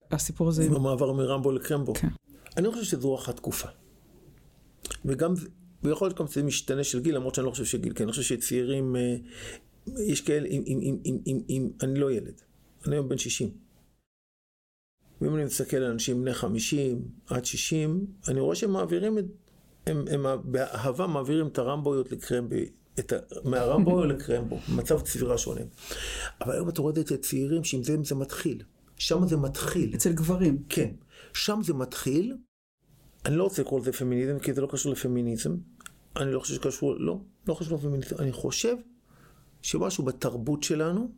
הסיפור הזה... עם המעבר מרמבו לקרמבו. כן. אני חושב שזו אחת תקופה. וגם, ויכול להיות גם זה משתנה של גיל, למרות שאני לא חושב שגיל, כי אני חושב שצעירים, יש כאלה, אני לא ילד, אני היום בן 60. ואם אני מסתכל על אנשים בני 50 עד 60, אני רואה שהם מעבירים, הם באהבה מעבירים את הרמבויות לקרמבו, מהרמבו לקרמבו, מצב צבירה שונה. אבל היום אתה רואה את הצעירים שעם זה מתחיל. שם זה מתחיל. אצל גברים. כן. שם זה מתחיל. אני לא רוצה לקרוא לזה פמיניזם, כי זה לא קשור לפמיניזם. אני לא חושב שקשור, לא קשור לפמיניזם. אני חושב שמשהו בתרבות שלנו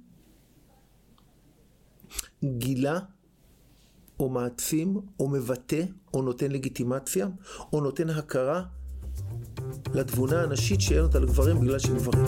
גילה או מעצים או מבטא או נותן לגיטימציה או נותן הכרה לתבונה הנשית שאין אותה לגברים בגלל שהם גברים.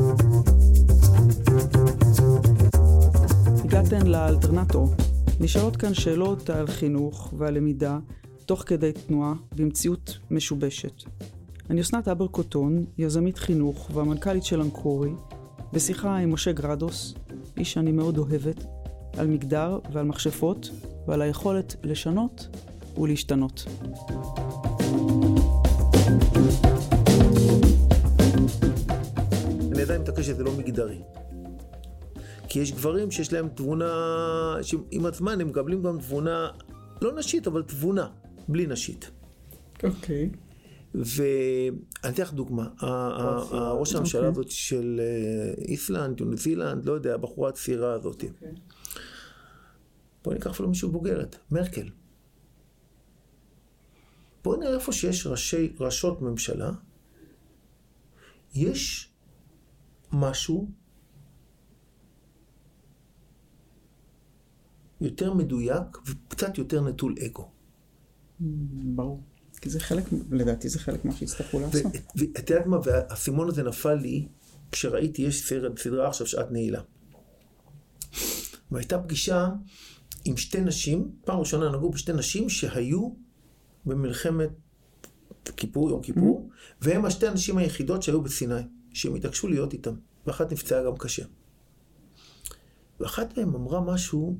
הגעתן לאלטרנטור. נשאלות כאן שאלות על חינוך ועל למידה תוך כדי תנועה במציאות משובשת. אני אסנת אברקוטון, יזמית חינוך והמנכ"לית של אנקורי, בשיחה עם משה גרדוס, איש שאני מאוד אוהבת, על מגדר ועל מכשפות ועל היכולת לשנות ולהשתנות. אני עדיין מתעקש שזה לא מגדרי. כי יש גברים שיש להם תבונה, שעם הזמן הם מקבלים גם תבונה, לא נשית, אבל תבונה, בלי נשית. אוקיי. ואני אתן לך דוגמה, הראש הממשלה הזאת של איסלנד, ניו זילנד, לא יודע, הבחורה הצעירה הזאת. בואו ניקח אפילו מישהו בוגרת, מרקל. בואו נראה איפה שיש ראשות ממשלה, יש משהו יותר מדויק וקצת יותר נטול אגו. ברור. כי זה חלק, לדעתי זה חלק מה שהצטרכו לעשות. ואת יודעת מה, והסימון הזה נפל לי כשראיתי, יש סדרה עכשיו שעת נעילה. והייתה פגישה עם שתי נשים, פעם ראשונה נגעו בשתי נשים שהיו במלחמת כיפור, יום כיפור, והם השתי הנשים היחידות שהיו בסיני, שהם התעקשו להיות איתם, ואחת נפצעה גם קשה. ואחת מהם אמרה משהו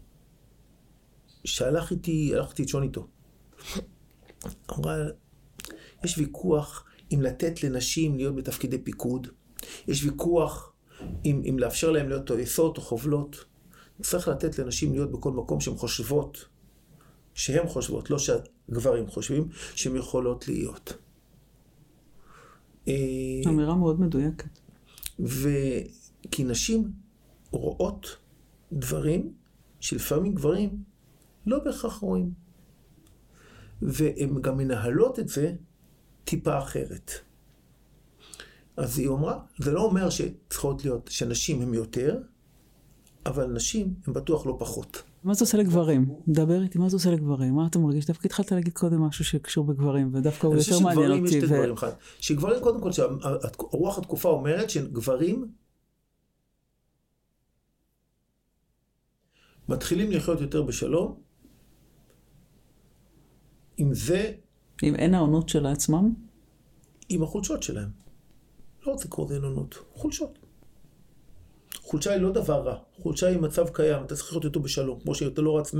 שהלכתי לישון איתו. אמרה, יש ויכוח אם לתת לנשים להיות בתפקידי פיקוד, יש ויכוח אם לאפשר להם להיות טייסות או חובלות, צריך לתת לנשים להיות בכל מקום שהן חושבות, לא שהגברים חושבים, שהן יכולות להיות. אמירה מאוד מדויקת. כי נשים רואות דברים שלפעמים גברים לא בהכרח רואים. והן גם מנהלות את זה טיפה אחרת. אז היא אומרה, זה לא אומר שצריכות להיות, שנשים הם יותר, אבל נשים הם בטוח לא פחות. מה זה עושה לגברים? דבר איתי, מה זה עושה לגברים? מה אתה מרגיש? דווקא התחלת להגיד קודם משהו שקשור בגברים, ודווקא הוא יותר מעניין אותי. אני חושב שגברים יש שתי דברים אחד. שגברים קודם כל, רוח התקופה אומרת שגברים מתחילים לחיות יותר בשלום, עם זה... עם אין העונות של עצמם? עם החולשות שלהם. לא רוצה לקרוא זה אין עונות. חולשות. חולשה היא לא דבר רע. חולשה היא מצב קיים. אתה צריך לחיות אותו בשלום. כמו שאתה לא רץ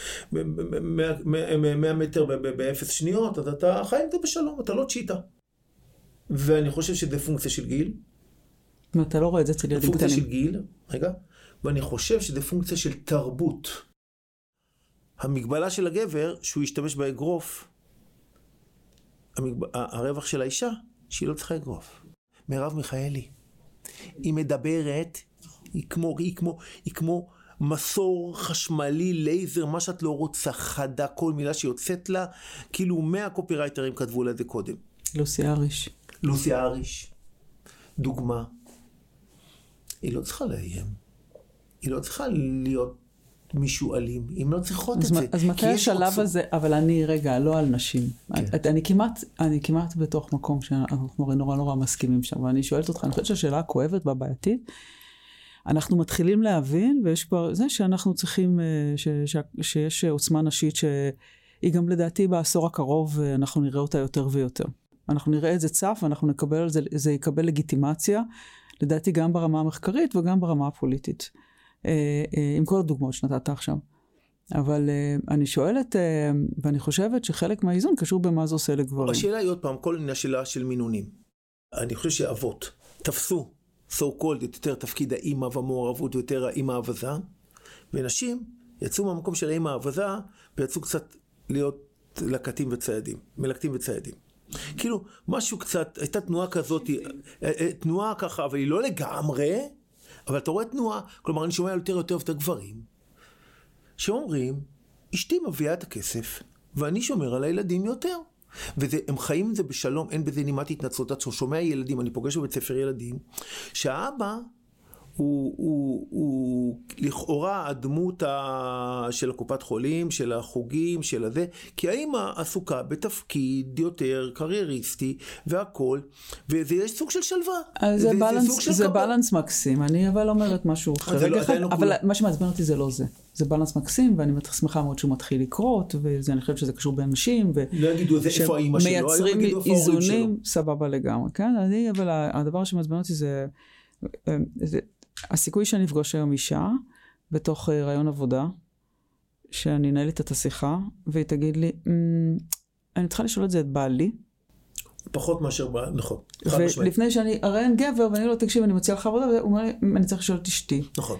100 מטר ב-0 שניות, אז אתה חי עם זה בשלום. אתה לא צ'יטה. ואני חושב שזה פונקציה של גיל. אתה לא רואה את זה אצל ילדים קטנים. פונקציה של גיל. רגע. ואני חושב שזה פונקציה של תרבות. המגבלה של הגבר, שהוא ישתמש באגרוף, הרווח של האישה, שהיא לא צריכה אגרוף. מרב מיכאלי, היא מדברת, היא כמו מסור חשמלי, לייזר, מה שאת לא רוצה, חדה, כל מילה שיוצאת לה, כאילו 100 קופירייטרים כתבו לה את זה קודם. לוסי אריש. דוגמה. היא לא צריכה לאיים. היא לא צריכה להיות מישהו אלים, אם לא צריכות את זה. אז מתי השלב הזה, אבל אני רגע, לא על נשים. אני כמעט בתוך מקום שאנחנו נורא מסכימים שם, ואני שואלת אותך, אני חושבת שהשאלה הכואבת והבעייתית, אנחנו מתחילים להבין, ויש כבר זה שאנחנו צריכים, שיש עוצמה נשית, שהיא גם לדעתי בעשור הקרוב, אנחנו נראה אותה יותר ויותר. אנחנו נראה את זה צף, ואנחנו נקבל על זה, זה יקבל לגיטימציה, לדעתי גם ברמה המחקרית וגם ברמה הפוליטית. עם כל הדוגמאות שנתת עכשיו. אבל אני שואלת, ואני חושבת שחלק מהאיזון קשור במה זה עושה לגברים. השאלה היא עוד פעם, כל עניין שאלה של מינונים. אני חושב שאבות תפסו, so called, יותר תפקיד האמא והמעורבות ויותר האמא האבזה, ונשים יצאו מהמקום של האמא האבזה, ויצאו קצת להיות לקטים וציידים, מלקטים וציידים. כאילו, משהו קצת, הייתה תנועה כזאת, תנועה ככה, אבל היא לא לגמרי, אבל אתה רואה תנועה, כלומר, אני שומע יותר את הגברים, שאומרים, אשתי מביאה את הכסף, ואני שומר על הילדים יותר. והם חיים את זה בשלום, אין בזה נימת התנצלות. אתה שומע ילדים, אני פוגש בבית ספר ילדים, שהאבא הוא לכאורה הדמות של הקופת חולים, של החוגים, של הזה, כי האמא עסוקה בתפקיד יותר קרייריסטי והכל, ויש סוג של שלווה. זה בלנס מקסים, אני אבל אומרת משהו אחר. אבל מה שמעצבן אותי זה לא זה. זה בלנס מקסים, ואני שמחה מאוד שהוא מתחיל לקרות, ואני חושבת שזה קשור באנשים, לא יגידו איפה האמא שלו, שמייצרים איזונים, סבבה לגמרי. כן, אבל הדבר שמעצבן אותי זה הסיכוי שאני אפגוש היום אישה, בתוך רעיון עבודה, שאני אנהל את השיחה, והיא תגיד לי, אני צריכה לשאול את זה את בעלי. פחות מאשר בעל, נכון. ולפני שאני אראיין גבר, ואני לא תקשיב, אני מציע לך עבודה, והוא אומר לי, אני צריך לשאול את אשתי. נכון.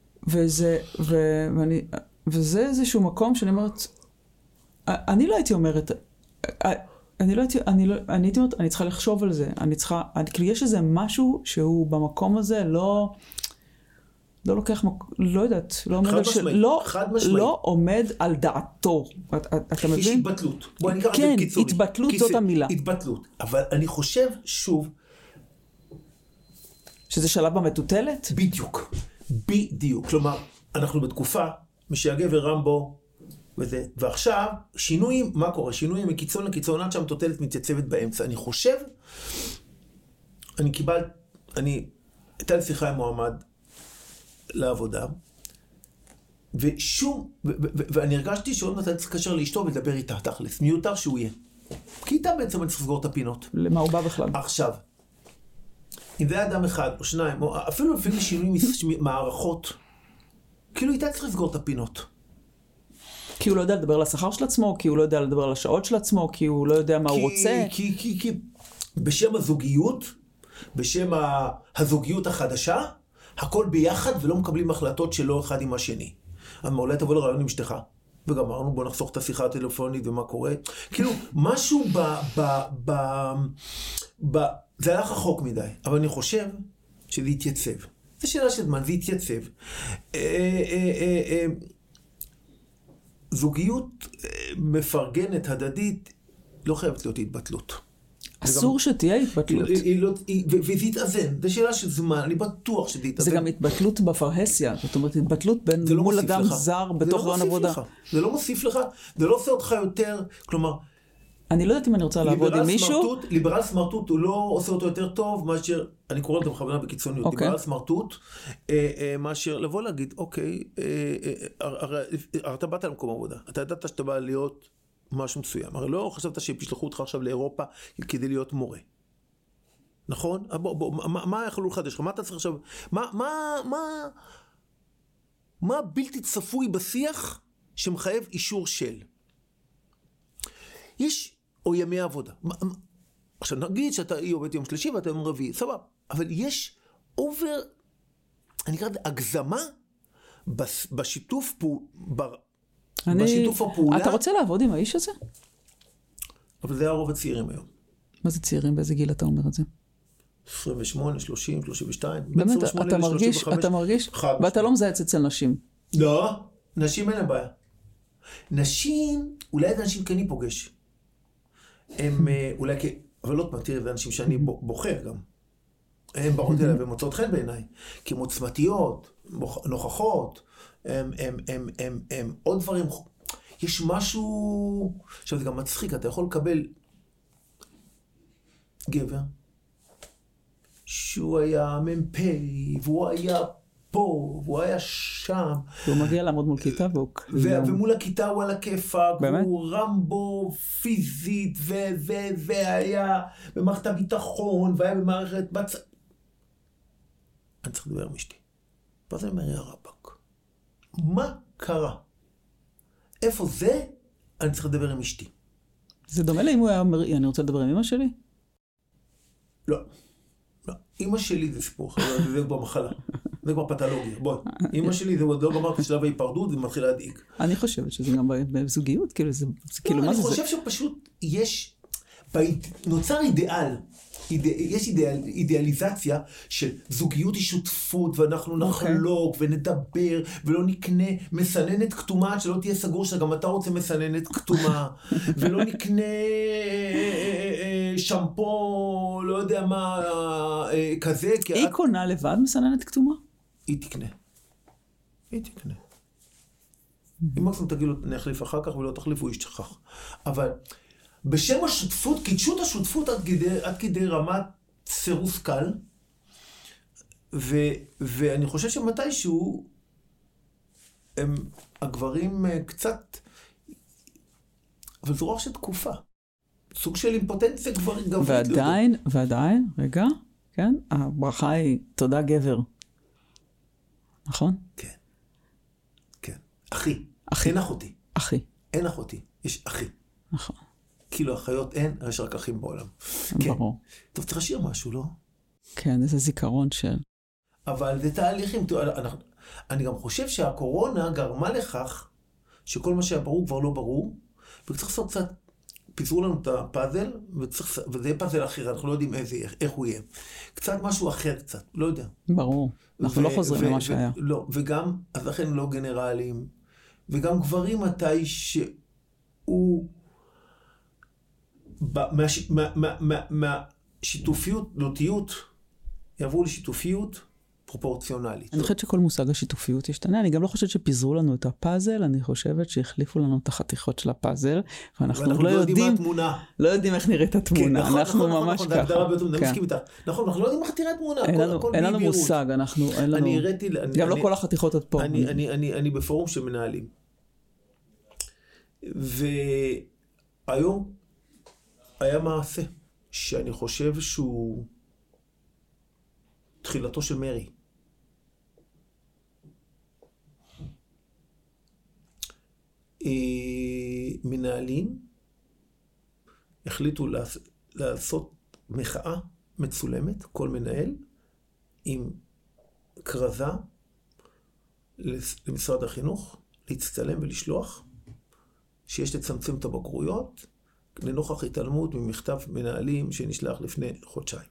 וזה איזשהו מקום שאני אומרת, אני לא הייתי אומרת, אני הייתי אומרת, אני צריכה לחשוב על זה, כאילו יש איזה משהו שהוא במקום הזה לא לוקח, לא יודעת, לא עומד על דעתו. אתה מבין? יש התבטלות. בוא ניקח את זה כן, בקיצורי. התבטלות זאת המילה. התבטלות. אבל אני חושב שוב, שזה שלב במטוטלת? בדיוק. כלומר, אנחנו בתקופה, משהגבר רמבו, וזה. ועכשיו, שינויים, מה קורה? שינויים מקיצון לקיצון, עד שהמטוטלת מתייצבת באמצע. אני חושב, הייתה לי שיחה עם מועמד לעבודה, ואני הרגשתי שעוד מעט צריך לקשר לאשתו ולדבר איתה, תכלס, מיותר שהוא יהיה. כי איתה בעצם אני צריך לסגור את הפינות. למה הוא בא בכלל? עכשיו, אם זה היה אדם אחד או שניים, או אפילו שינויים מערכות, כאילו איתה צריך לסגור את הפינות. כי הוא לא יודע לדבר על השכר של עצמו, כי הוא לא יודע לדבר על השעות של עצמו, כי הוא לא יודע מה הוא רוצה. כי בשם הזוגיות, בשם הזוגיות החדשה, הכל ביחד ולא מקבלים החלטות שלא אחד עם השני. אולי תבוא לרעיון עם אשתך, וגמרנו, בוא נחסוך את השיחה הטלפונית ומה קורה. כאילו, משהו זה הלך רחוק מדי, אבל אני חושב שזה יתייצב. זה שאלה של זמן, זה יתייצב. זוגיות מפרגנת, הדדית, לא חייבת להיות התבטלות. אסור שתהיה התבטלות. וזה יתאזן, זה שאלה של זמן, אני בטוח שזה יתאזן. זה גם התבטלות בפרהסיה, זאת אומרת, התבטלות בין מול אדם זר בתוך רעיון עבודה. זה לא מוסיף לך, זה לא עושה אותך יותר, כלומר... אני לא יודעת אם אני רוצה לעבוד עם מישהו. ליברל סמרטוט הוא לא עושה אותו יותר טוב, מאשר, אני קורא לזה בכוונה בקיצוניות, ליברל סמרטוט, מאשר לבוא להגיד, אוקיי, אתה באת למקום עבודה, אתה ידעת שאתה בא להיות משהו מסוים, הרי לא חשבת שישלחו אותך עכשיו לאירופה כדי להיות מורה. נכון? מה יכולו לחדש לך? מה אתה צריך עכשיו? מה בלתי צפוי בשיח שמחייב אישור של? יש, או ימי עבודה. עכשיו נגיד שאתה עובד יום שלישי ואתה יום רביעי, סבבה. אבל יש אובר, אני אקרא את זה, הגזמה בשיתוף הפעולה. אתה רוצה לעבוד עם האיש הזה? אבל זה היה רוב הצעירים היום. מה זה צעירים? באיזה גיל אתה אומר את זה? 28, 30, 32. באמת, אתה מרגיש? ואתה לא מזהץ אצל נשים. לא, נשים אין הבעיה. נשים, אולי את אנשים כן פוגש. הם אולי, אבל לא פעם, תראה, זה אנשים שאני בוחר גם. הם באות אליי ומוצאות חן בעיניי. כי הם עוצמתיות, נוכחות, הם עוד דברים. יש משהו, עכשיו זה גם מצחיק, אתה יכול לקבל גבר, שהוא היה ממפי, והוא היה פה, והוא היה שם. והוא מגיע לעמוד מול כיתה, ומול הכיתה הוא על הכיפה, הוא רמבו פיזית, והיה במערכת הביטחון, והיה במערכת אני צריך לדבר עם אשתי. ואז אני אומר, רבק, מה קרה? איפה זה? אני צריך לדבר עם אשתי. זה דומה לי אם הוא היה אומר, אני רוצה לדבר עם אמא שלי? לא. אמא שלי זה סיפור, זה כבר מחלה. זה כבר פתולוגיה. בואי, אמא שלי זה עוד לא גמרת שלב ההיפרדות, זה מתחיל להדאיג. אני חושבת שזה גם בזוגיות, כאילו זה כאילו מה זה? אני חושב שפשוט יש, נוצר אידיאל, יש אידיאליזציה של זוגיות היא שותפות, ואנחנו נחלוק ונדבר, ולא נקנה מסננת כתומה, שלא תהיה סגור שגם אתה רוצה מסננת כתומה, ולא נקנה שמפו, לא יודע מה, כזה. היא קונה לבד מסננת כתומה? היא תקנה. אם מקסימום תגיד לו, נחליף אחר כך, ולא תחליף, הוא ישתכח. אבל בשם השותפות, קידשו את השותפות עד כדי רמת סירוס קל, ואני חושב שמתישהו, הגברים קצת, אבל זו רוח של תקופה. סוג של אימפוטנציה גברית גברית. ועדיין, רגע, כן? הברכה היא תודה גבר. נכון? כן. אחי. אין אחותי. אין אחותי. יש אחי. נכון. כאילו אחיות אין, יש רק אחים בעולם. ברור. טוב, צריך לשיר משהו, לא? כן, איזה זיכרון של... אבל זה תהליכים. אני גם חושב שהקורונה גרמה לכך שכל מה שהיה ברור כבר לא ברור, וצריך לעשות קצת, פיזרו לנו את הפאזל, וזה יהיה פאזל אחר, אנחנו לא יודעים איך הוא יהיה. קצת משהו אחר קצת, לא יודע. ברור, אנחנו לא חוזרים למה שהיה. לא, וגם, אז לכן לא גנרלים, וגם גברים מתי שהוא, מהשיתופיות, נוטיות, יעברו לשיתופיות פרופורציונלית. אני חושבת שכל מושג השיתופיות ישתנה, אני גם לא חושבת שפיזרו לנו את הפאזל, אני חושבת שהחליפו לנו את החתיכות של הפאזל, ואנחנו לא יודעים איך נראית התמונה, אנחנו ממש ככה. נכון, אנחנו לא יודעים איך תראה התמונה, אין לנו מושג, גם לא כל החתיכות עד פה. אני בפורום שמנהלים. והיום היה מעשה שאני חושב שהוא תחילתו של מרי. מנהלים החליטו לעשות מחאה מצולמת, כל מנהל, עם קרזה למשרד החינוך, להצטלם ולשלוח, שיש לצמצם את הבגרויות, לנוכח התעלמות ממכתב מנהלים שנשלח לפני חודשיים.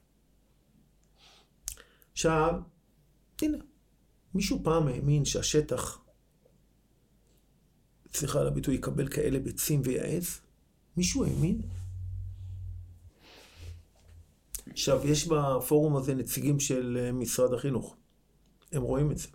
עכשיו, הנה, מישהו פעם האמין שהשטח, סליחה על הביטוי, יקבל כאלה ביצים ויעז? מישהו האמין? עכשיו, יש בפורום הזה נציגים של משרד החינוך. הם רואים את זה.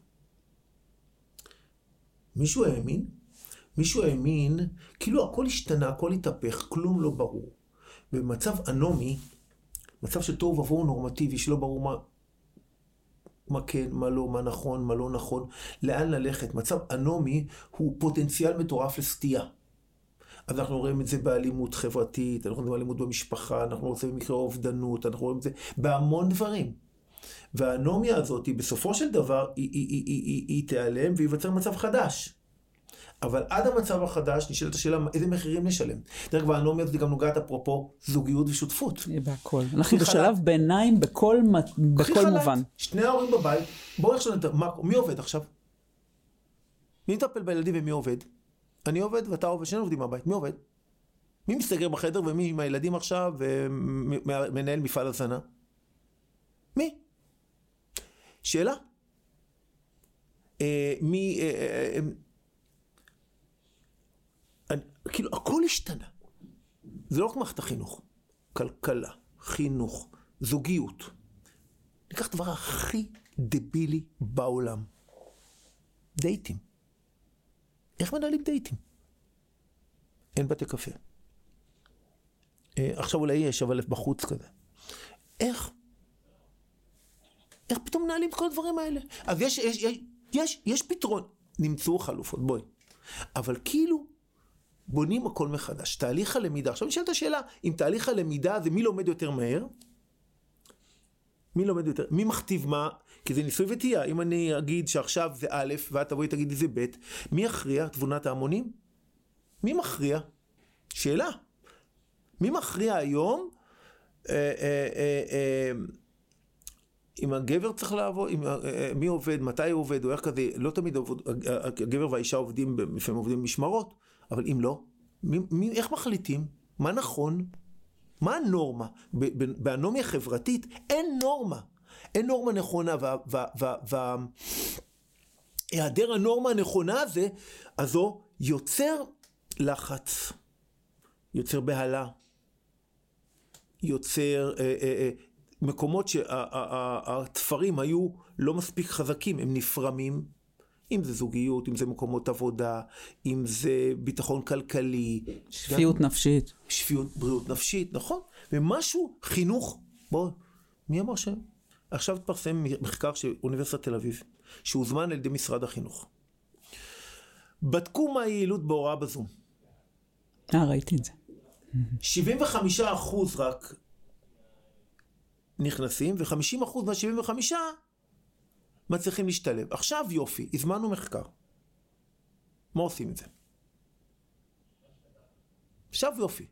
מישהו האמין? מישהו האמין, כאילו הכל השתנה, הכל התהפך, כלום לא ברור. במצב אנומי, מצב של תוהו ובוהו נורמטיבי, שלא ברור מה כן, מה לא, מה נכון, מה לא נכון, לאן ללכת. מצב אנומי הוא פוטנציאל מטורף לסטייה. אז אנחנו רואים את זה באלימות חברתית, אנחנו רואים את זה באלימות במשפחה, אנחנו רואים את זה במקרה אובדנות, אנחנו רואים את זה בהמון דברים. והאנומיה הזאת, בסופו של דבר, היא תיעלם וייווצר מצב חדש. אבל עד המצב החדש נשאלת השאלה איזה מחירים נשלם. דרך כלל האנומיה הזאת גם נוגעת אפרופו זוגיות ושותפות. בהכל. אנחנו בשלב ביניים בכל מובן. שני ההורים בבית, בואו עכשיו נתן, מי עובד עכשיו? מי מטפל בילדים ומי עובד? אני עובד ואתה עובד, שני עובדים בבית, מי עובד? מי מסתגר בחדר ומי עם הילדים עכשיו ומנהל מפעל הזנה? מי? שאלה? כאילו, הכל השתנה. זה לא רק מערכת החינוך. כלכלה, חינוך, זוגיות. ניקח דבר הכי דבילי בעולם. דייטים. איך מנהלים דייטים? אין בתי קפה. עכשיו אולי יש, אבל בחוץ כזה. איך פתאום מנהלים את כל הדברים האלה? אז יש פתרון. נמצאו חלופות, בואי. אבל כאילו, בונים הכל מחדש. תהליך הלמידה. עכשיו נשאלת השאלה, אם תהליך הלמידה זה מי לומד יותר מהר? מי לומד יותר? מי מכתיב מה? כי זה ניסוי וטעייה. אם אני אגיד שעכשיו זה א' ואת תבואי תגידי זה ב', מי יכריע? תבונת ההמונים? מי מכריע? שאלה. מי מכריע היום אם הגבר צריך לעבוד, מי עובד, מתי הוא עובד, או איך כזה, לא תמיד הגבר והאישה עובדים, לפעמים עובדים משמרות, אבל אם לא, איך מחליטים? מה נכון? מה הנורמה? באנומיה חברתית אין נורמה. אין נורמה נכונה, והיעדר הנורמה הנכונה הזו יוצר לחץ, יוצר בהלה, יוצר מקומות שהתפרים היו לא מספיק חזקים, הם נפרמים, אם זה זוגיות, אם זה מקומות עבודה, אם זה ביטחון כלכלי. שפיות נפשית. שפיות, בריאות נפשית, נכון? ומשהו, חינוך, בוא, מי אמר שם? עכשיו התפרסם מחקר של אוניברסיטת תל אביב, שהוזמן על ידי משרד החינוך. בדקו מה היעילות בהוראה בזום. ראיתי את זה. 75% רק נכנסים, ו50% מה-75 מצליחים להשתלב. עכשיו יופי, הזמנו מחקר. מה עושים את זה? עכשיו יופי.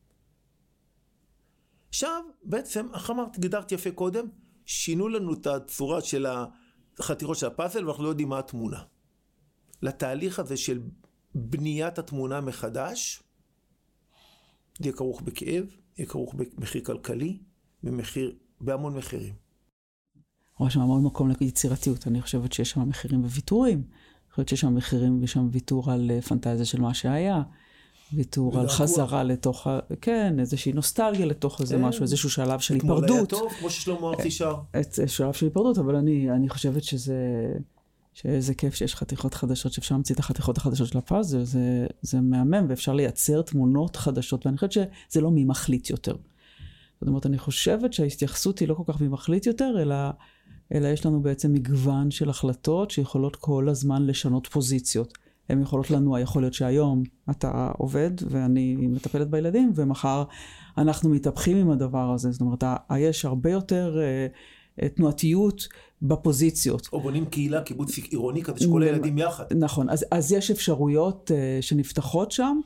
עכשיו, בעצם, איך אמרת, גדרתי יפה קודם, שינו לנו את הצורה של החתיכות של הפאזל, ואנחנו לא יודעים מה התמונה. לתהליך הזה של בניית התמונה מחדש, זה יהיה כרוך בכאב, יהיה כרוך במחיר כלכלי, בהמון מחירים. רואה שם המון מקום ליצירתיות. אני חושבת שיש שם מחירים וויתורים. אני חושבת שיש שם מחירים ושם ויתור על פנטזיה של מה שהיה. ויתור על חזרה לתוך, כן, איזושהי נוסטלגיה לתוך איזה משהו, איזשהו שלב של היפרדות. אתמול היה טוב, כמו ששלמה ארצי שר. שלב של היפרדות, אבל אני חושבת שזה כיף שיש חתיכות חדשות, שאפשר להמציא את החתיכות החדשות של הפאזל, זה מהמם, ואפשר לייצר תמונות חדשות, ואני חושבת שזה לא מי מחליט יותר. זאת אומרת, אני חושבת שההתייחסות היא לא כל כך מי מחליט יותר, אלא יש לנו בעצם מגוון של החלטות שיכולות כל הזמן לשנות פוזיציות. הן יכולות לנוע, יכול להיות שהיום אתה עובד ואני מטפלת בילדים, ומחר אנחנו מתהפכים עם הדבר הזה. זאת אומרת, יש הרבה יותר תנועתיות בפוזיציות. או בונים קהילה, קיבוץ עירוני, כדי שכל הילדים יחד. נכון, אז יש אפשרויות שנפתחות שם,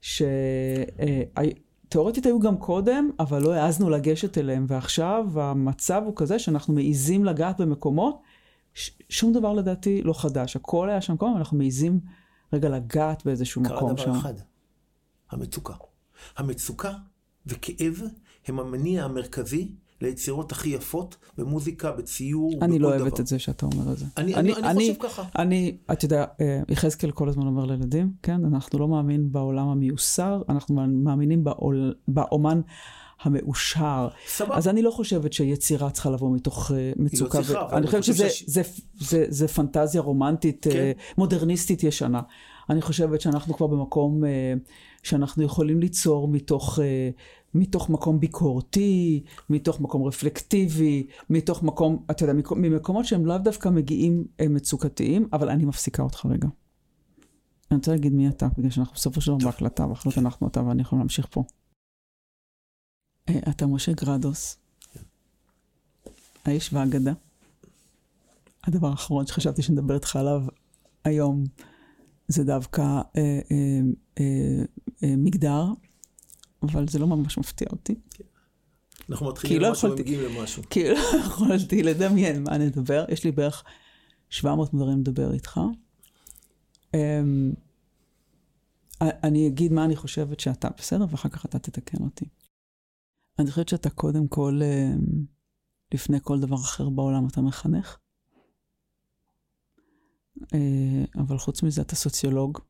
תיאורטית היו גם קודם, אבל לא העזנו לגשת אליהם, ועכשיו המצב הוא כזה שאנחנו מעיזים לגעת במקומות, שום דבר לדעתי לא חדש, הכל היה שם קודם, אנחנו מעיזים רגע לגעת באיזשהו מקום שם. קרה דבר אחד, המצוקה. המצוקה וכאב הם המניע המרכזי ליצירות הכי יפות, במוזיקה, בציור, בכל דבר. אני לא אוהבת את זה שאתה אומר את זה. אני חושב ככה. אתה יודע, יחזקאל כל הזמן אומר לילדים, כן? אנחנו לא מאמין בעולם המיוסר, אנחנו מאמינים באומן המאושר. סבבה. אז אני לא חושבת שיצירה צריכה לבוא מתוך מצוקה. אני חושבת שזה פנטזיה רומנטית, מודרניסטית ישנה. אני חושבת שאנחנו כבר במקום שאנחנו יכולים ליצור מתוך מקום ביקורתי, מתוך מקום רפלקטיבי, מתוך מקום, אתה יודע, ממקומות שהם לאו דווקא מגיעים מצוקתיים, אבל אני מפסיקה אותך רגע. אני רוצה להגיד מי אתה, בגלל שאנחנו בסופו של דבר בהקלטה, ואחלות אנחנו אתה ואני יכולים להמשיך פה. אתה משה גרדוס, האיש והאגדה. הדבר האחרון שחשבתי שנדבר איתך עליו היום, זה דווקא מגדר, אבל זה לא ממש מפתיע אותי. אנחנו מתחילים למשהו ומגיעים למשהו. כי לא יכולתי לדמיין מה נדבר. יש לי בערך 700 דברים לדבר איתך. אני אגיד מה אני חושבת שאתה בסדר, ואחר כך אתה תתקן אותי. אני חושבת שאתה קודם כל, לפני כל דבר אחר בעולם, אתה מחנך. אבל חוץ מזה אתה סוציולוג.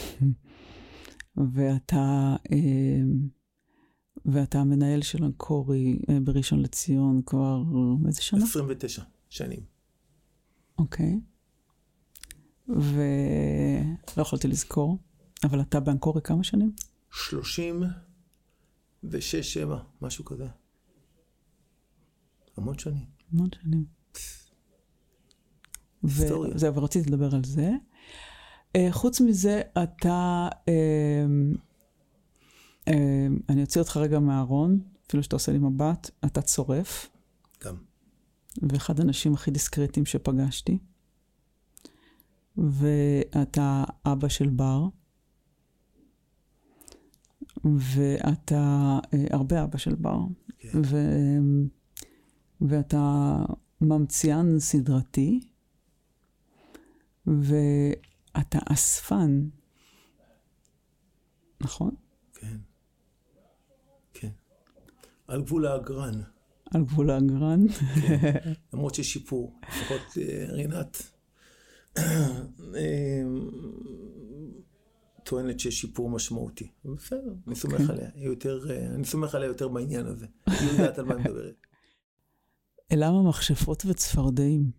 ואתה המנהל של אנקורי בראשון לציון כבר איזה שנה? 29 שנים. אוקיי. ולא יכולתי לזכור, אבל אתה באנקורי כמה שנים? 36, 7, משהו כזה. המון שנים. המון שנים. וזהו, ורציתי לדבר על זה. חוץ מזה, אתה, אני אוציא אותך רגע מהארון, אפילו שאתה עושה לי מבט, אתה צורף. גם. ואחד האנשים הכי דיסקרטיים שפגשתי. ואתה אבא של בר. ואתה הרבה אבא של בר. כן. ואתה ממציאן סדרתי, ואתה אספן, נכון? כן. כן. על גבול האגרן. על גבול האגרן. כן. למרות שיש שיפור. לפחות רינת טוענת שיש שיפור משמעותי. בסדר, אני סומך עליה. אני סומך עליה יותר בעניין הזה. היא יודעת על מה היא מדברת. למה מכשפות וצפרדעים?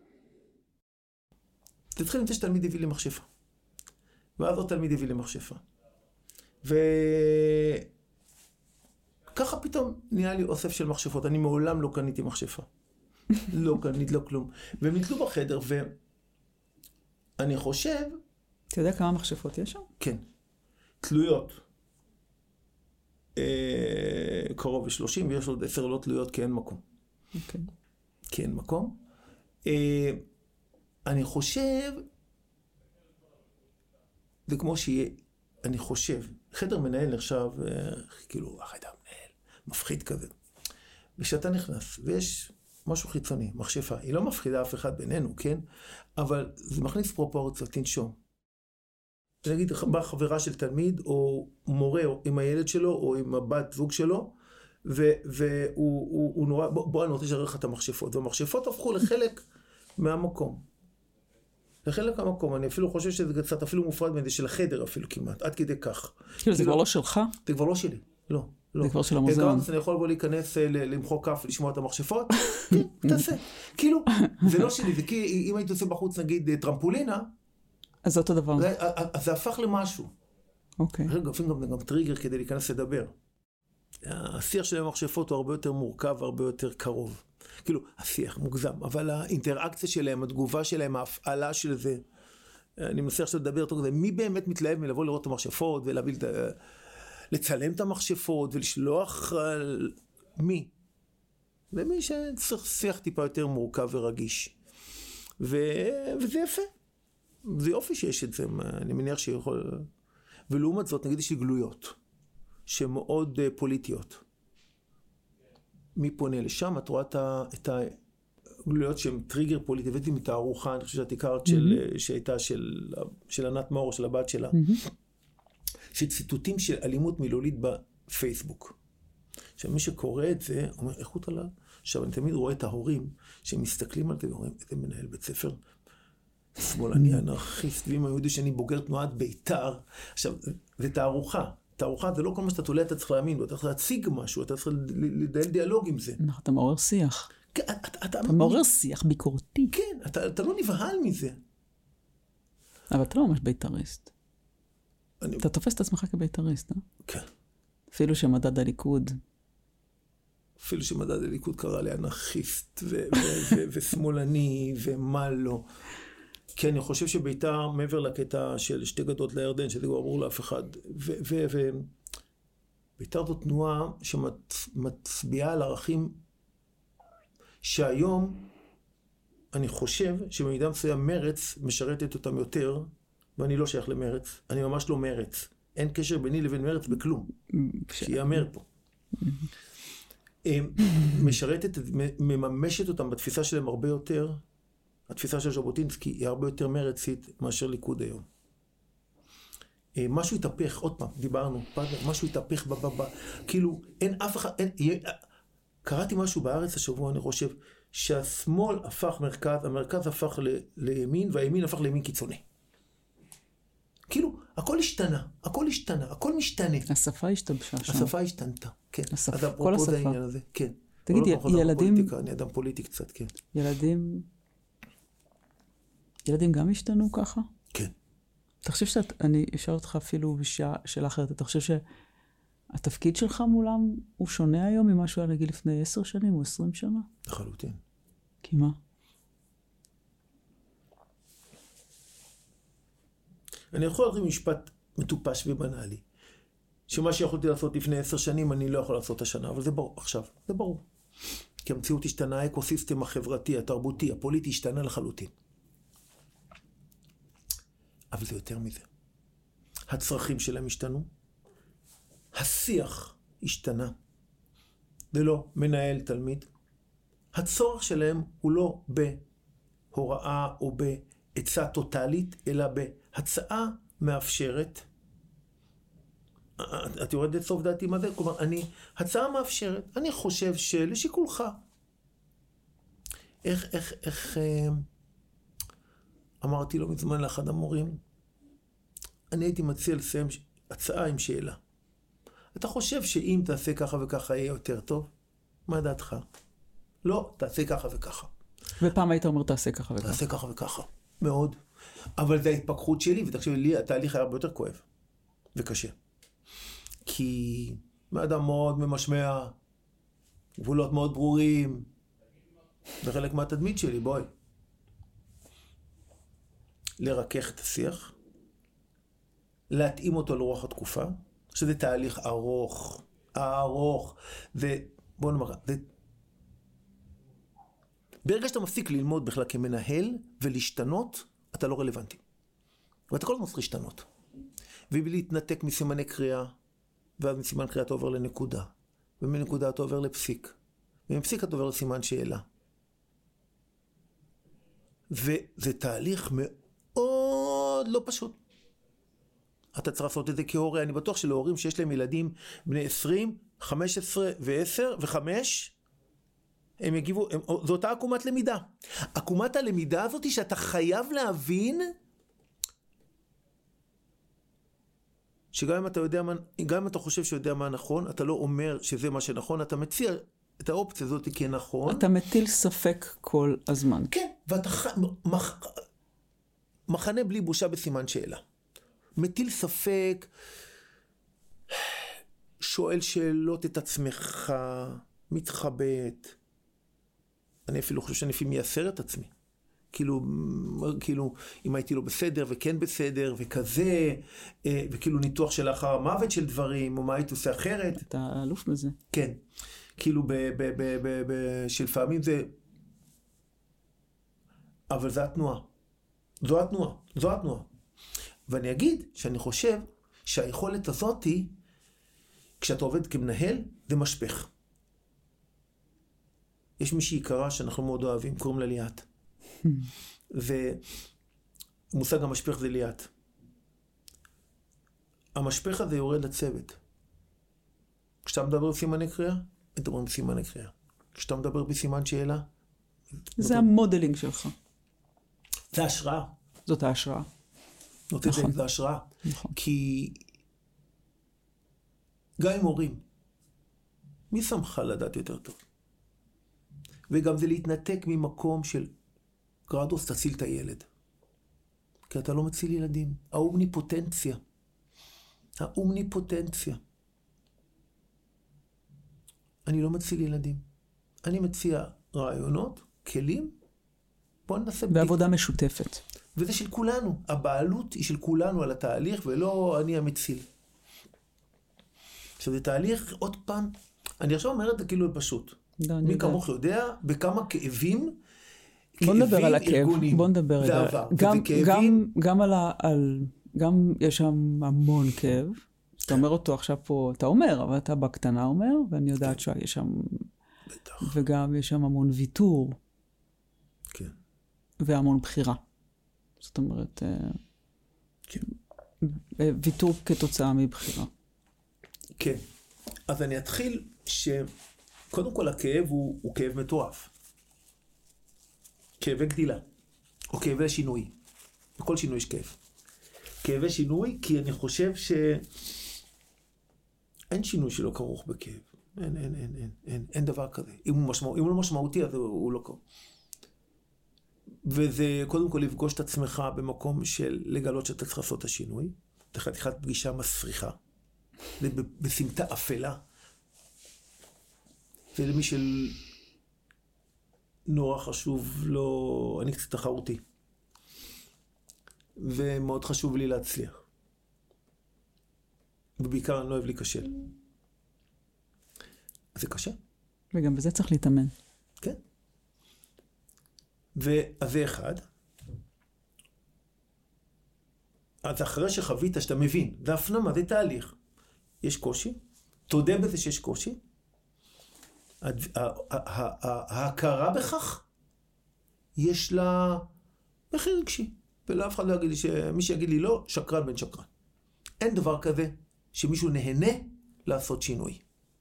תתחיל עם זה שתלמיד הביא לי מכשפה. ואז עוד תלמיד הביא לי מכשפה. ככה פתאום נהיה לי אוסף של מכשפות. אני מעולם לא קניתי מכשפה. לא קנית, לא כלום. והם נתלו בחדר, ואני חושב... אתה יודע כמה מכשפות יש שם? כן. תלויות. קרוב ל-30, ויש עוד 10 לא תלויות כי אין מקום. אוקיי. כי אין מקום. אני חושב... זה כמו שיהיה... אני חושב, חדר מנהל נחשב, כאילו, החדר מנהל, מפחיד כזה. וכשאתה נכנס, ויש משהו חיצוני, מכשפה, היא לא מפחידה אף אחד בינינו, כן? אבל זה מכניס פרופורציה, תנשום. נגיד, באה חברה של תלמיד, או מורה עם הילד שלו, או עם הבת זוג שלו, והוא נורא, בוא אני רוצה לשאר לך את המכשפות. והמכשפות הפכו לחלק מהמקום. לחלק מהמקום, אני אפילו חושב שזה קצת אפילו מופרד מזה של החדר אפילו כמעט, עד כדי כך. כאילו זה כבר לא שלך? זה כבר לא שלי, לא. זה כבר של המוזיאון. אני יכול בוא להיכנס, למחוא כף, לשמוע את המכשפות? כן, תעשה. כאילו, זה לא שלי, זה כי אם הייתי עושה בחוץ נגיד טרמפולינה, אז זה אותו דבר. אז זה הפך למשהו. אוקיי. גם טריגר כדי להיכנס לדבר. השיח של המכשפות הוא הרבה יותר מורכב, הרבה יותר קרוב. כאילו, השיח מוגזם, אבל האינטראקציה שלהם, התגובה שלהם, ההפעלה של זה, אני מנסה עכשיו לדבר אותו כזה, מי באמת מתלהב מלבוא לראות את המכשפות, ולהביא, לצלם את המכשפות, ולשלוח מי? ומי שצריך שיח טיפה יותר מורכב ורגיש. וזה יפה. זה יופי שיש את זה, אני מניח שיכול... ולעומת זאת, נגיד יש לי גלויות, שמאוד פוליטיות. מי פונה לשם? את רואה את הגלויות שהן טריגר פוליטי, הבאתי מתערוכה, אני חושב שאת הכרת שהייתה של ענת מאור, של הבת שלה, שציטוטים של אלימות מילולית בפייסבוק. עכשיו מי שקורא את זה, אומר, איך הוא תלה? עכשיו אני תמיד רואה את ההורים שמסתכלים על זה ואומרים, איזה מנהל בית ספר, שמאלני אנרכיסט, ואם היו יודעים שאני בוגר תנועת בית"ר. עכשיו, זה תערוכה. תערוכה זה לא כל מה שאתה תולה, אתה צריך להאמין, אתה צריך להציג משהו, אתה צריך לדייל דיאלוג עם זה. אתה מעורר שיח. אתה מעורר שיח ביקורתי. כן, אתה לא נבהל מזה. אבל אתה לא ממש בית"ריסט. אתה תופס את עצמך כבית"ריסט, אה? כן. אפילו שמדד הליכוד. אפילו שמדד הליכוד קרא לי אנרכיסט ושמאלני ומה לא. כי אני חושב שבית"ר, מעבר לקטע של שתי גדות לירדן, שזה כבר אמור לאף אחד, בית"ר זו תנועה שמצביעה על ערכים שהיום אני חושב שבמידה מסוים מרץ משרתת אותם יותר, ואני לא שייך למרץ, אני ממש לא מרץ. אין קשר ביני לבין מרץ בכלום, שיאמר פה. משרתת, מממשת אותם בתפיסה שלהם הרבה יותר, התפיסה של ז'בוטינסקי היא הרבה יותר מרצית מאשר ליכוד היום. משהו התהפך, עוד פעם, דיברנו, משהו התהפך כאילו, אין אף אחד, קראתי משהו בארץ השבוע, אני חושב, שהשמאל הפך מרכז, המרכז הפך לימין, והימין הפך לימין קיצוני. כאילו, הכל השתנה, הכל משתנה. השפה השתבשה שם. השפה השתנתה, כן. כל השפה. הזה, כן. תגיד, ילדים... אני אדם פוליטי קצת, כן. ילדים גם השתנו ככה? כן. אתה חושב אני אשאל אותך אפילו בשאלה אחרת, אתה חושב שהתפקיד שלך מולם הוא שונה היום ממה שהוא היה נגיד לפני 10 שנים או 20 שנה? לחלוטין. כי מה? אני יכול להגיד משפט מטופש ובנאלי, שמה שיכולתי לעשות לפני 10 שנים אני לא יכול לעשות השנה, אבל זה ברור עכשיו, זה ברור. כי המציאות השתנה, האקוסיסטם החברתי, התרבותי, הפוליטי השתנה לחלוטין. אבל זה יותר מזה. הצרכים שלהם השתנו, השיח השתנה. זה לא מנהל תלמיד. הצורך שלהם הוא לא בהוראה או בעצה טוטלית, אלא בהצעה מאפשרת. את יורדת לסוף דעתי מה זה? כלומר, הצעה מאפשרת. אני חושב שלשיקולך. איך אמרתי לא מזמן לאחד המורים, אני הייתי מציע לסיים הצעה עם שאלה. אתה חושב שאם תעשה ככה וככה יהיה יותר טוב? מה דעתך? לא, תעשה ככה וככה. ופעם היית אומר תעשה ככה וככה. תעשה ככה וככה, מאוד. אבל זה ההתפכחות שלי, ותקשיבי לי, התהליך היה הרבה יותר כואב וקשה. כי מאדם מאוד ממשמע, גבולות מאוד ברורים, זה חלק מהתדמית שלי, בואי. לרכך את השיח, להתאים אותו לרוח התקופה, שזה תהליך ארוך, ובואו נאמר, ברגע שאתה מפסיק ללמוד בכלל כמנהל ולהשתנות, אתה לא רלוונטי. ואתה כל הזמן צריך להשתנות. ובלי להתנתק מסימני קריאה, ואז מסימן קריאה אתה עובר לנקודה, ומנקודה אתה עובר לפסיק, ומפסיק אתה עובר לסימן שאלה. וזה תהליך מאוד לא פשוט. אתה צריך לעשות את זה כהורה. אני בטוח שלהורים שיש להם ילדים בני 20, 15 ו10 ו5, הם יגיבו, זו אותה עקומת למידה. עקומת הלמידה הזאת היא שאתה חייב להבין שגם אם אתה יודע גם אם אתה חושב שיודע מה נכון, אתה לא אומר שזה מה שנכון, אתה מציע את האופציה הזאת כנכון. אתה מטיל ספק כל הזמן. כן, ואתה מחנה בלי בושה בסימן שאלה. מטיל ספק, שואל שאלות את עצמך, מתחבט. אני אפילו חושב שאני לפעמים מייסר את עצמי. כאילו, אם הייתי לא בסדר וכן בסדר וכזה, וכאילו ניתוח של לאחר המוות של דברים, או מה הייתי עושה אחרת. אתה אלוף בזה. כן. כאילו שלפעמים זה, אבל זה התנועה. זו התנועה. ואני אגיד שאני חושב שהיכולת הזאת היא, כשאתה עובד כמנהל, זה משפך. יש מישהי יקרה שאנחנו מאוד אוהבים, קוראים לה ליאת. ומושג המשפך זה ליאת. המשפך הזה יורד לצוות. כשאתה מדבר בסימני קריאה, מדבר בסימני קריאה. כשאתה מדבר בסימן שאלה, זה המודלינג שלך. זה השראה. זאת ההשראה. נכון. זה השראה. נכון. כי גם עם הורים, מי שמך לדעת יותר טוב? וגם זה להתנתק ממקום של גרדוס, תציל את הילד. כי אתה לא מציל ילדים. האומניפוטנציה. אני לא מציל ילדים. אני מציע רעיונות, כלים, בוא ננסה בעבודה משותפת. וזה של כולנו. הבעלות היא של כולנו על התהליך, ולא אני המציל. עכשיו זה תהליך, עוד פעם, אני עכשיו אומר את זה כאילו פשוט. מי כמוך יודע, בכמה כאבים, בוא נדבר על הכאב. בוא נדבר רגע. גם יש שם המון כאב. אתה אומר אותו עכשיו פה, אתה אומר, אבל אתה בקטנה אומר, ואני יודעת שיש שם, וגם יש שם המון ויתור. כן. והמון בחירה. זאת אומרת, ויתור כתוצאה מבחירה. כן. אז אני אתחיל שקודם כל הכאב הוא כאב מטורף. כאבי גדילה. או כאבי שינוי. בכל שינוי יש כאב. כאבי שינוי, כי אני חושב אין שינוי שלא כרוך בכאב. אין דבר כזה. אם הוא לא משמעותי, אז הוא לא כרוך. וזה קודם כל לפגוש את עצמך במקום של לגלות שאתה צריך לעשות את השינוי. זה חתיכת פגישה מסריחה. זה בסמטה אפלה. ולמי של נורא חשוב לו, אני קצת תחרותי. ומאוד חשוב לי להצליח. ובעיקר אני לא אוהב להיכשל. זה קשה. וגם בזה צריך להתאמן. כן. אז זה אחד. אז אחרי שחווית שאתה מבין, זה הפנמה, זה תהליך. יש קושי, תודה בזה שיש קושי, ההכרה בכך, יש לה מחיר רגשי, ולא אף אחד לא יגיד לי, שמי שיגיד לי לא, שקרן בן שקרן. אין דבר כזה שמישהו נהנה לעשות שינוי.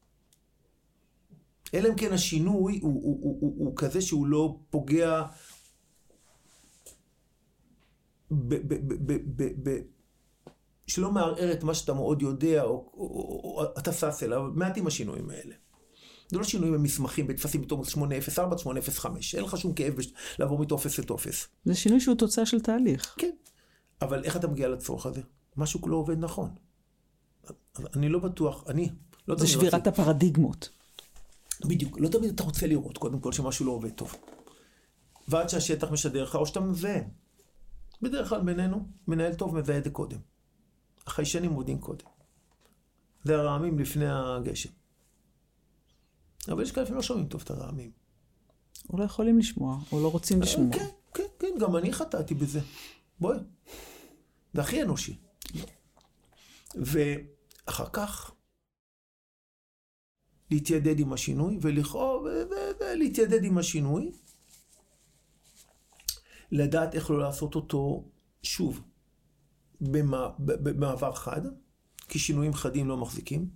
אלא אם כן השינוי הוא כזה שהוא לא פוגע שלא מערער את מה שאתה מאוד יודע, או אתה סס אליו, מעט עם השינויים האלה. זה לא שינויים במסמכים, בתפסים בתומוס 804, 805. אין לך שום כאב לעבור מטופס לטופס. זה שינוי שהוא תוצאה של תהליך. כן. אבל איך אתה מגיע לצורך הזה? משהו לא עובד נכון. אני לא בטוח, זה שבירת הפרדיגמות. בדיוק. לא תמיד אתה רוצה לראות, קודם כל, שמשהו לא עובד טוב. ועד שהשטח משדר לך, או שאתה מזהה. בדרך כלל בינינו, מנהל טוב מזהה את זה קודם. החיישנים עובדים קודם. זה הרעמים לפני הגשם. אבל יש כאלה לא שומעים טוב את הרעמים. או לא יכולים לשמוע, או לא רוצים לשמוע. כן, גם אני חטאתי בזה. בואי. זה הכי אנושי. ואחר כך, להתיידד עם השינוי, ולהתיידד עם השינוי, לדעת איך לא לעשות אותו שוב, במעבר חד, כי שינויים חדים לא מחזיקים,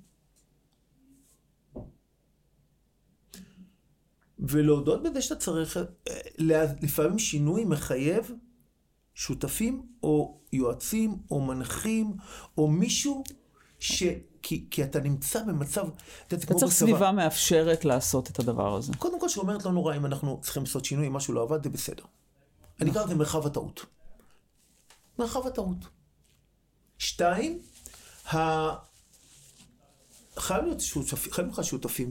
ולהודות בזה שאתה צריך, לפעמים שינוי מחייב שותפים או יועצים או מנחים או מישהו כי אתה נמצא במצב... אתה צריך סביבה מאפשרת לעשות את הדבר הזה. קודם כל שאומרת לא נורא אם אנחנו צריכים לעשות שינוי, אם משהו לא עבד, זה בסדר. אני קרא לזה מרחב הטעות. מרחב הטעות. 2, חייבים להיות שותפים.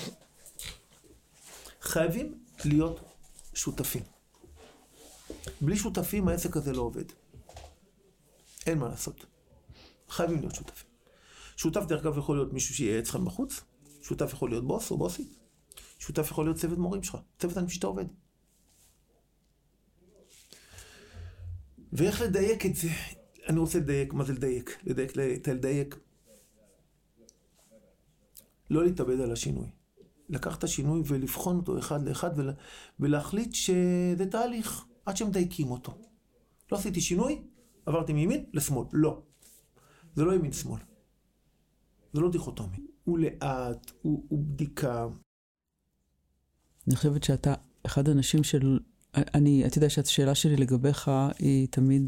חייבים להיות שותפים. בלי שותפים העסק הזה לא עובד. אין מה לעשות. חייבים להיות שותפים. שותף דרך אגב יכול להיות מישהו שיהיה אצלך בחוץ, שותף יכול להיות בוס או בוסית, שותף יכול להיות צוות מורים שלך, צוות אנשים שאתה עובד. ואיך לדייק את זה? אני רוצה לדייק, מה זה לדייק? לדייק. לא להתאבד על השינוי. לקח את השינוי ולבחון אותו אחד לאחד ולהחליט שזה תהליך עד שמדייקים אותו. לא עשיתי שינוי, עברתי מימין לשמאל. לא. זה לא ימין שמאל. זה לא דיכוטומי. הוא לאט, הוא בדיקה. אני חושבת שאתה אחד האנשים של... אתה יודע שהשאלה שלי לגביך היא תמיד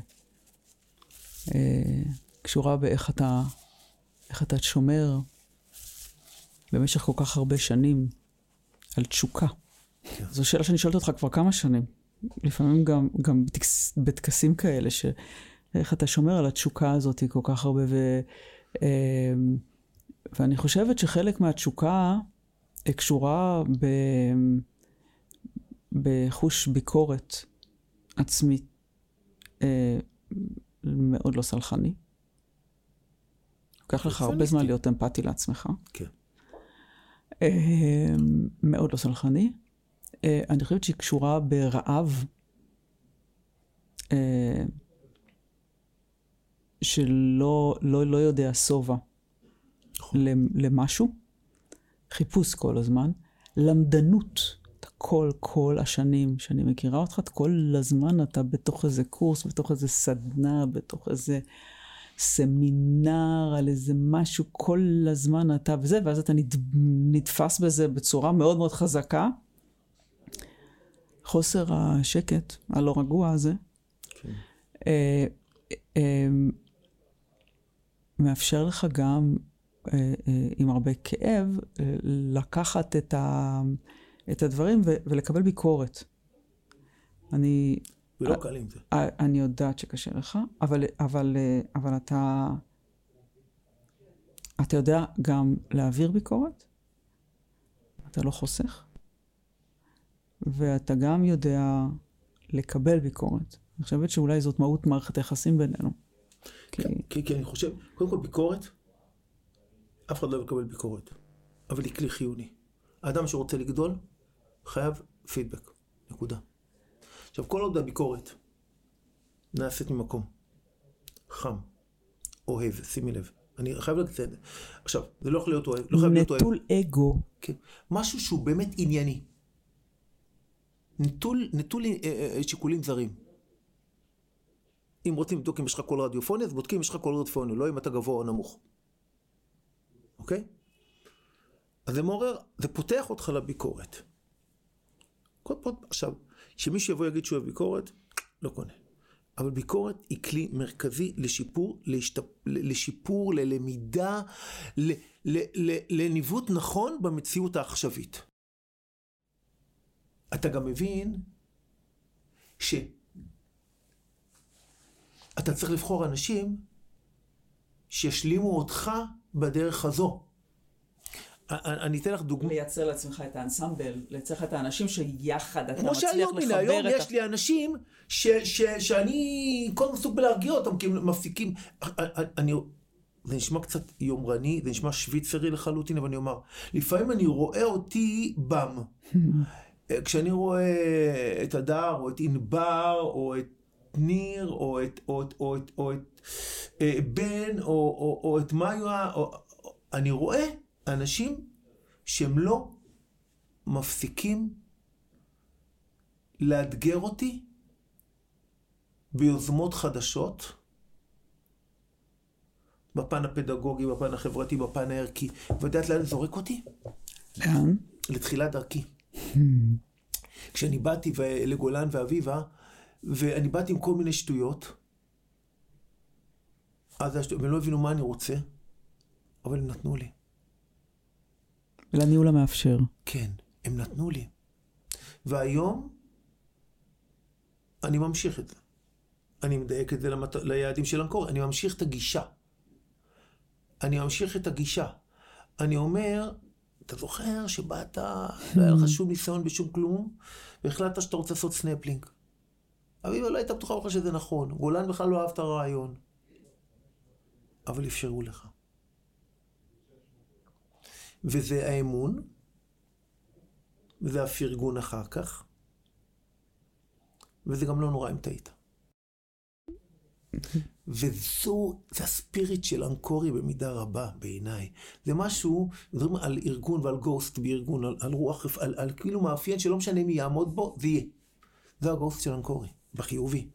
קשורה באיך אתה שומר במשך כל כך הרבה שנים על תשוקה. כן. זו שאלה שאני שואלת אותך כבר כמה שנים. לפעמים גם בטקסים כאלה, איך אתה שומר על התשוקה הזאת כל כך הרבה. ואני חושבת שחלק מהתשוקה קשורה בחוש ביקורת עצמית מאוד לא סלחני. לוקח לך הרבה זמן להיות אמפתי לעצמך. כן. מאוד לא סלחני. אני חושבת שהיא קשורה ברעב שלא יודע סובה למשהו. חיפוש כל הזמן. למדנות. כל השנים שאני מכירה אותך, כל הזמן אתה בתוך איזה קורס, בתוך איזה סדנה, בתוך איזה סמינר, על איזה משהו, כל הזמן אתה וזה, ואז אתה נתפס בזה בצורה מאוד מאוד חזקה. חוסר השקט, הלא רגוע הזה, מאפשר לך גם, עם הרבה כאב, לקחת את הדברים ולקבל ביקורת. ולא קל עם זה. אני יודעת שקשה לך, אבל אתה יודע גם להעביר ביקורת, אתה לא חוסך, ואתה גם יודע לקבל ביקורת. אני חושבת שאולי זאת מהות מערכת היחסים בינינו. כי אני חושב, קודם כל ביקורת, אף אחד לא יקבל ביקורת, אבל היא כלי חיוני. האדם שרוצה לגדול, חייב פידבק, נקודה. עכשיו, כל עוד הביקורת נעשית ממקום חם, אוהב, שימי לב, אני חייב להגיד את זה. עכשיו, זה לא יכול להיות אוהב. לא חייב להיות אוהב. נטול אגו. כן. משהו שהוא באמת ענייני. נטול שיקולים זרים. אם רוצים לבדוק אם יש לך קול רדיופוני, אז בודקים אם יש לך קול רדיופוני, לא אם אתה גבוה או נמוך. אוקיי? אז זה מעורר, זה פותח אותך לביקורת. עכשיו, שמישהו יבוא יגיד שהוא אוהב ביקורת, לא קונה. אבל ביקורת היא כלי מרכזי לשיפור, ללמידה, לניווט נכון במציאות העכשווית. אתה גם מבין שאתה צריך לבחור אנשים שישלימו אותך בדרך הזו. אני אתן לך דוגמה. לייצר לעצמך את האנסמבל, לייצר לך את האנשים שיחד אתה כמו שהיום, הנה, היום יש לי אנשים שאני כל הזמן סוג בלהרגיע אותם, כי הם מפסיקים. זה נשמע קצת יומרני, זה נשמע שוויצרי לחלוטין, אבל אני אומר, לפעמים אני רואה אותי בם. כשאני רואה את הדר, או את ענבר, או את ניר, או את בן, או את מאיה, אני רואה אנשים שהם לא מפסיקים לאתגר אותי ביוזמות חדשות, בפן הפדגוגי, בפן החברתי, בפן הערכי. ויודעת לאן זורק אותי? לאן? לתחילת דרכי. כשאני באתי לגולן ואביבה, ואני באתי עם כל מיני שטויות, אז הם לא הבינו מה אני רוצה, אבל הם נתנו לי. ולניהול המאפשר. כן, הם נתנו לי. והיום אני ממשיך את זה. אני מדייק את זה ליעדים של אנקורי. אני ממשיך את הגישה. אני אומר, אתה זוכר שבאת, לא היה לך שום ניסיון בשום כלום, והחלטת שאתה רוצה לעשות סנפלינג. אביבה לא הייתה בטוחה לך שזה נכון. גולן בכלל לא אהב את הרעיון. אבל אפשרו לך. וזה האמון, וזה הפרגון אחר כך, וזה גם לא נורא אם טעית. וזו, זה הספיריט של אנקורי במידה רבה בעיניי. זה משהו, מדברים על ארגון ועל גוסט בארגון, על רוח, על כאילו מאפיין שלא משנה מי יעמוד בו, זה יהיה. זה הגוסט של אנקורי, בחיובי.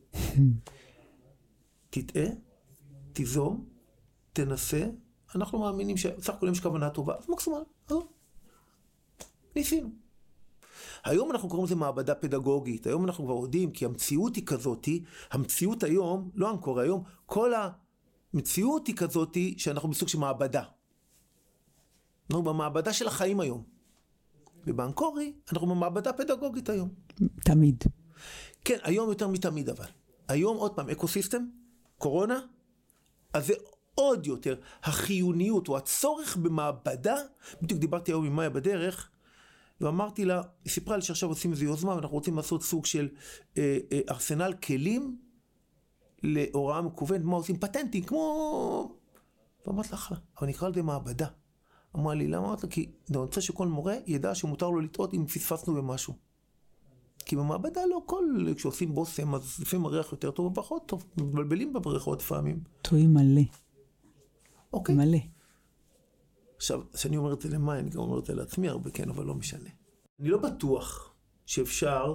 תטעה, תיזום, תנסה, אנחנו מאמינים שסך הכל יש כוונה טובה, אז מקסימל, ניסינו. היום אנחנו קוראים לזה מעבדה פדגוגית, היום אנחנו כבר יודעים, כי המציאות היא כזאת, המציאות היום, לא אנקורי, היום, כל המציאות היא כזאת שאנחנו בסוג של מעבדה. אנחנו במעבדה של החיים היום. ובאנקורי, אנחנו במעבדה פדגוגית היום. תמיד. כן, היום יותר מתמיד אבל. היום עוד פעם, אקוסיסטם, קורונה, אז זה עוד יותר, החיוניות או הצורך במעבדה, בדיוק דיברתי היום עם מאיה בדרך, ואמרתי לה, היא סיפרה לי שעכשיו עושים איזו יוזמה, ואנחנו רוצים לעשות סוג של ארסנל כלים להוראה מקוונת, מה עושים פטנטים, כמו... ואמרת לך, אבל נקרא לזה מעבדה. אמרה לי, למה? אמרת לה, כי אני רוצה שכל מורה ידע שמותר לו לטעות אם פספסנו במשהו. כי במעבדה לא כל, כשעושים בוסם, אז לפעמים הריח יותר טוב ופחות טוב, מבלבלים בבריכות לפעמים. טועים מלא. אוקיי. מלא. עכשיו, כשאני אומר את זה למה, אני גם אומר את זה לעצמי הרבה, כן, אבל לא משנה. אני לא בטוח שאפשר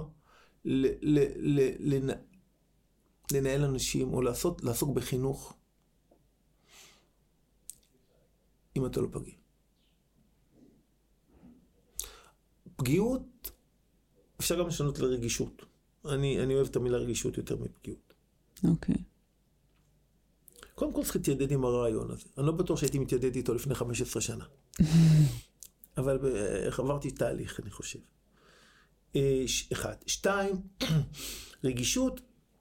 לנהל אנשים, או לעסוק בחינוך, אם אתה לא פגיע. פגיעות, אפשר גם לשנות לרגישות. אני אוהב את המילה רגישות יותר מפגיעות. אוקיי. קודם כל צריך להתיידד עם הרעיון הזה. אני לא בטוח שהייתי מתיידד איתו לפני 15 שנה. אבל עברתי תהליך, אני חושב. 1. 2, רגישות.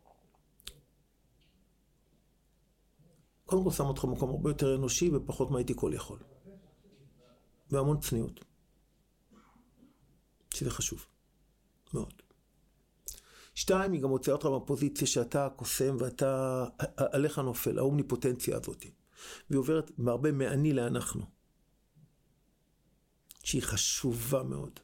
קודם כל שם אותך במקום הרבה יותר אנושי ופחות מה הייתי כל יכול. והמון צניעות. שזה חשוב. מאוד. 2, היא גם הוצאה אותך בפוזיציה שאתה קוסם ואתה עליך נופל, האומניפוטנציה הזאת. והיא עוברת בהרבה מעני לאנחנו. שהיא חשובה מאוד.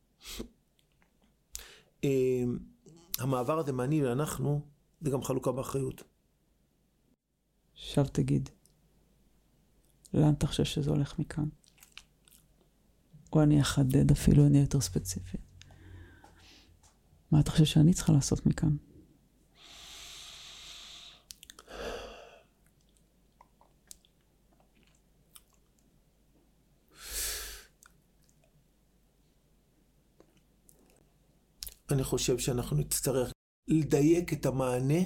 המעבר הזה מעני לאנחנו, זה גם חלוקה באחריות. עכשיו תגיד. לאן אתה חושב שזה הולך מכאן? או אני אחדד אפילו, אני יותר ספציפי. מה אתה חושב שאני צריכה לעשות מכאן? אני חושב שאנחנו נצטרך לדייק את המענה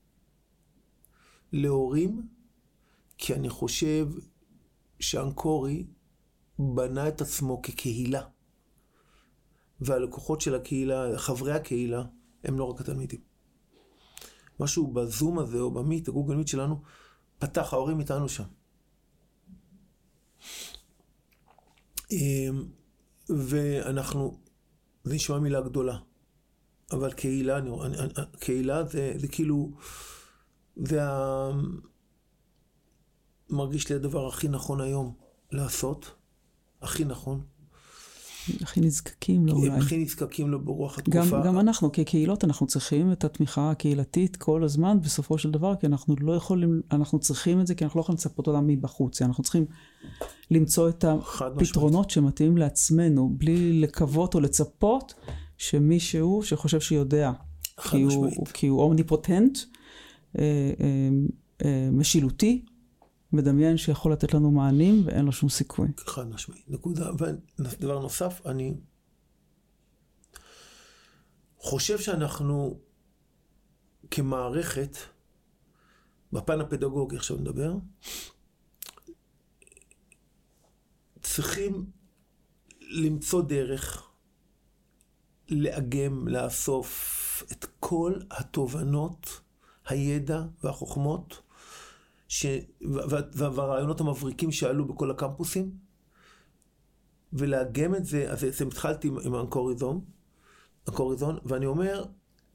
להורים, כי אני חושב שאנקורי בנה את עצמו כקהילה, והלקוחות של הקהילה, חברי הקהילה, הם לא רק התלמידים. משהו בזום הזה או במיט, הגוגל מיט שלנו, פתח, ההורים איתנו שם. ואנחנו, זה נשמע מילה גדולה, אבל קהילה, קהילה זה כאילו, זה מרגיש לי הדבר הכי נכון היום לעשות, הכי נכון. הכי נזקקים לו אולי. הם הכי נזקקים לו ברוח התקופה. גם אנחנו כקהילות, אנחנו צריכים את התמיכה הקהילתית כל הזמן, בסופו של דבר, כי אנחנו לא יכולים, אנחנו צריכים את זה, כי אנחנו לא יכולים לצפות אותם מבחוץ. אנחנו צריכים למצוא את הפתרונות שמתאימים לעצמנו, בלי לקוות או לצפות שמישהו שחושב שיודע, כי הוא אומניפוטנט, משילותי, מדמיין שיכול לתת לנו מענים ואין לו שום סיכוי. חד משמעית. נקודה. ודבר נוסף, אני חושב שאנחנו כמערכת, בפן הפדגוגי עכשיו נדבר, צריכים למצוא דרך לאגם, לאסוף את כל התובנות, הידע והחוכמות והרעיונות המבריקים שעלו בכל הקמפוסים, ולאגם את זה. אז התחלתי עם האנקוריזון, ואני אומר,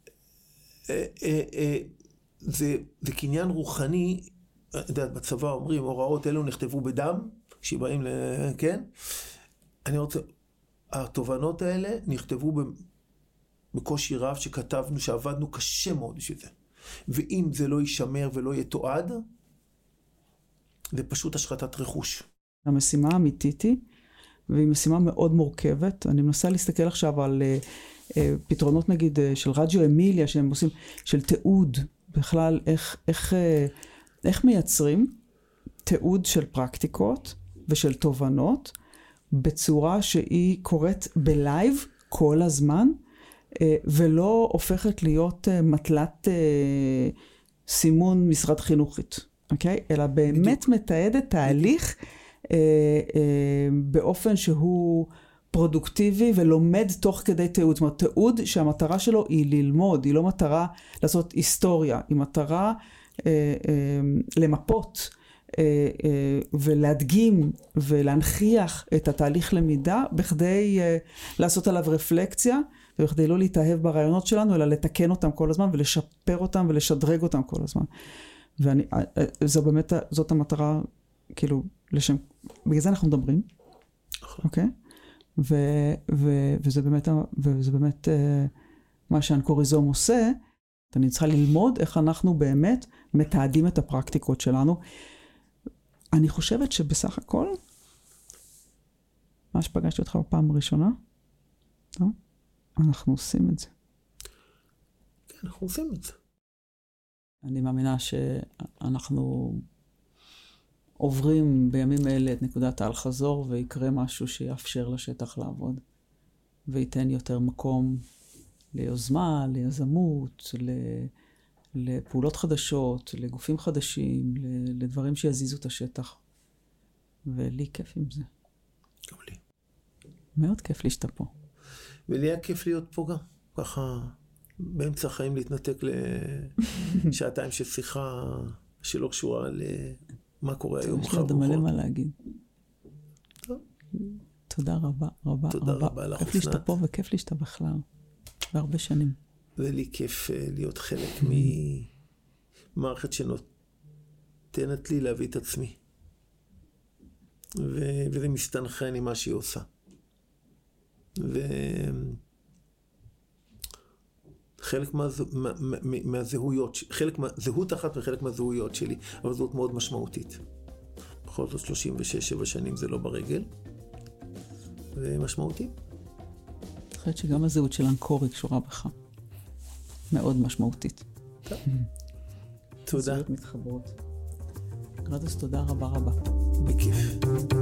זה קניין רוחני, בצבא אומרים, הוראות אלו נכתבו בדם, שבאים כן? אני רוצה, התובנות האלה נכתבו בקושי רב שכתבנו, שעבדנו קשה מאוד בשביל זה. ואם זה לא יישמר ולא יתועד, זה פשוט השחתת רכוש. המשימה האמיתית היא, והיא משימה מאוד מורכבת. אני מנסה להסתכל עכשיו על פתרונות נגיד של רדיו אמיליה שהם עושים, של תיעוד, בכלל איך מייצרים תיעוד של פרקטיקות ושל תובנות, בצורה שהיא קורית בלייב כל הזמן, ולא הופכת להיות מטלת סימון משרד חינוכית. אוקיי? אלא באמת מתעד את תהליך באופן שהוא פרודוקטיבי ולומד תוך כדי תיעוד. זאת אומרת, תיעוד שהמטרה שלו היא ללמוד, היא לא מטרה לעשות היסטוריה, היא מטרה למפות ולהדגים ולהנכיח את התהליך למידה בכדי לעשות עליו רפלקציה, ובכדי לא להתאהב ברעיונות שלנו, אלא לתקן אותם כל הזמן ולשפר אותם ולשדרג אותם כל הזמן. זו באמת, זאת המטרה, כאילו, לשם, בגלל זה אנחנו מדברים, אוקיי? וזה באמת מה שהאנקוריזום עושה. אני צריכה ללמוד איך אנחנו באמת מתעדים את הפרקטיקות שלנו. אני חושבת שבסך הכל, מה שפגשתי אותך בפעם הראשונה, אנחנו עושים את זה. כן, אנחנו עושים את זה. אני מאמינה שאנחנו עוברים בימים אלה את נקודת האל חזור, ויקרה משהו שיאפשר לשטח לעבוד, וייתן יותר מקום ליוזמה, ליזמות, לפעולות חדשות, לגופים חדשים, לדברים שיזיזו את השטח. ולי כיף עם זה. גם לי. מאוד כיף לי שאתה פה. ולי היה כיף להיות פה גם, ככה באמצע החיים להתנתק לשעתיים של שיחה שלא קשורה למה קורה היום מחר בכל. יש לי עוד מלא מה להגיד. טוב. תודה רבה, רבה, תודה רבה. רבה לך, כיף לי שאתה פה וכיף לי שאתה בכלל. בהרבה שנים. ולי כיף להיות חלק ממערכת שנותנת לי להביא את עצמי. וזה מסתנכרן עם מה שהיא עושה. חלק מהזהויות, חלק מהזהות אחת וחלק מהזהויות שלי, אבל זאת מאוד משמעותית. בכל זאת 36-7 שנים זה לא ברגל. זה משמעותי. אני חושבת שגם הזהות של אנקורי קשורה בך. מאוד משמעותית. תודה. זהות מתחברות. גרדוס, תודה רבה רבה. בכיף.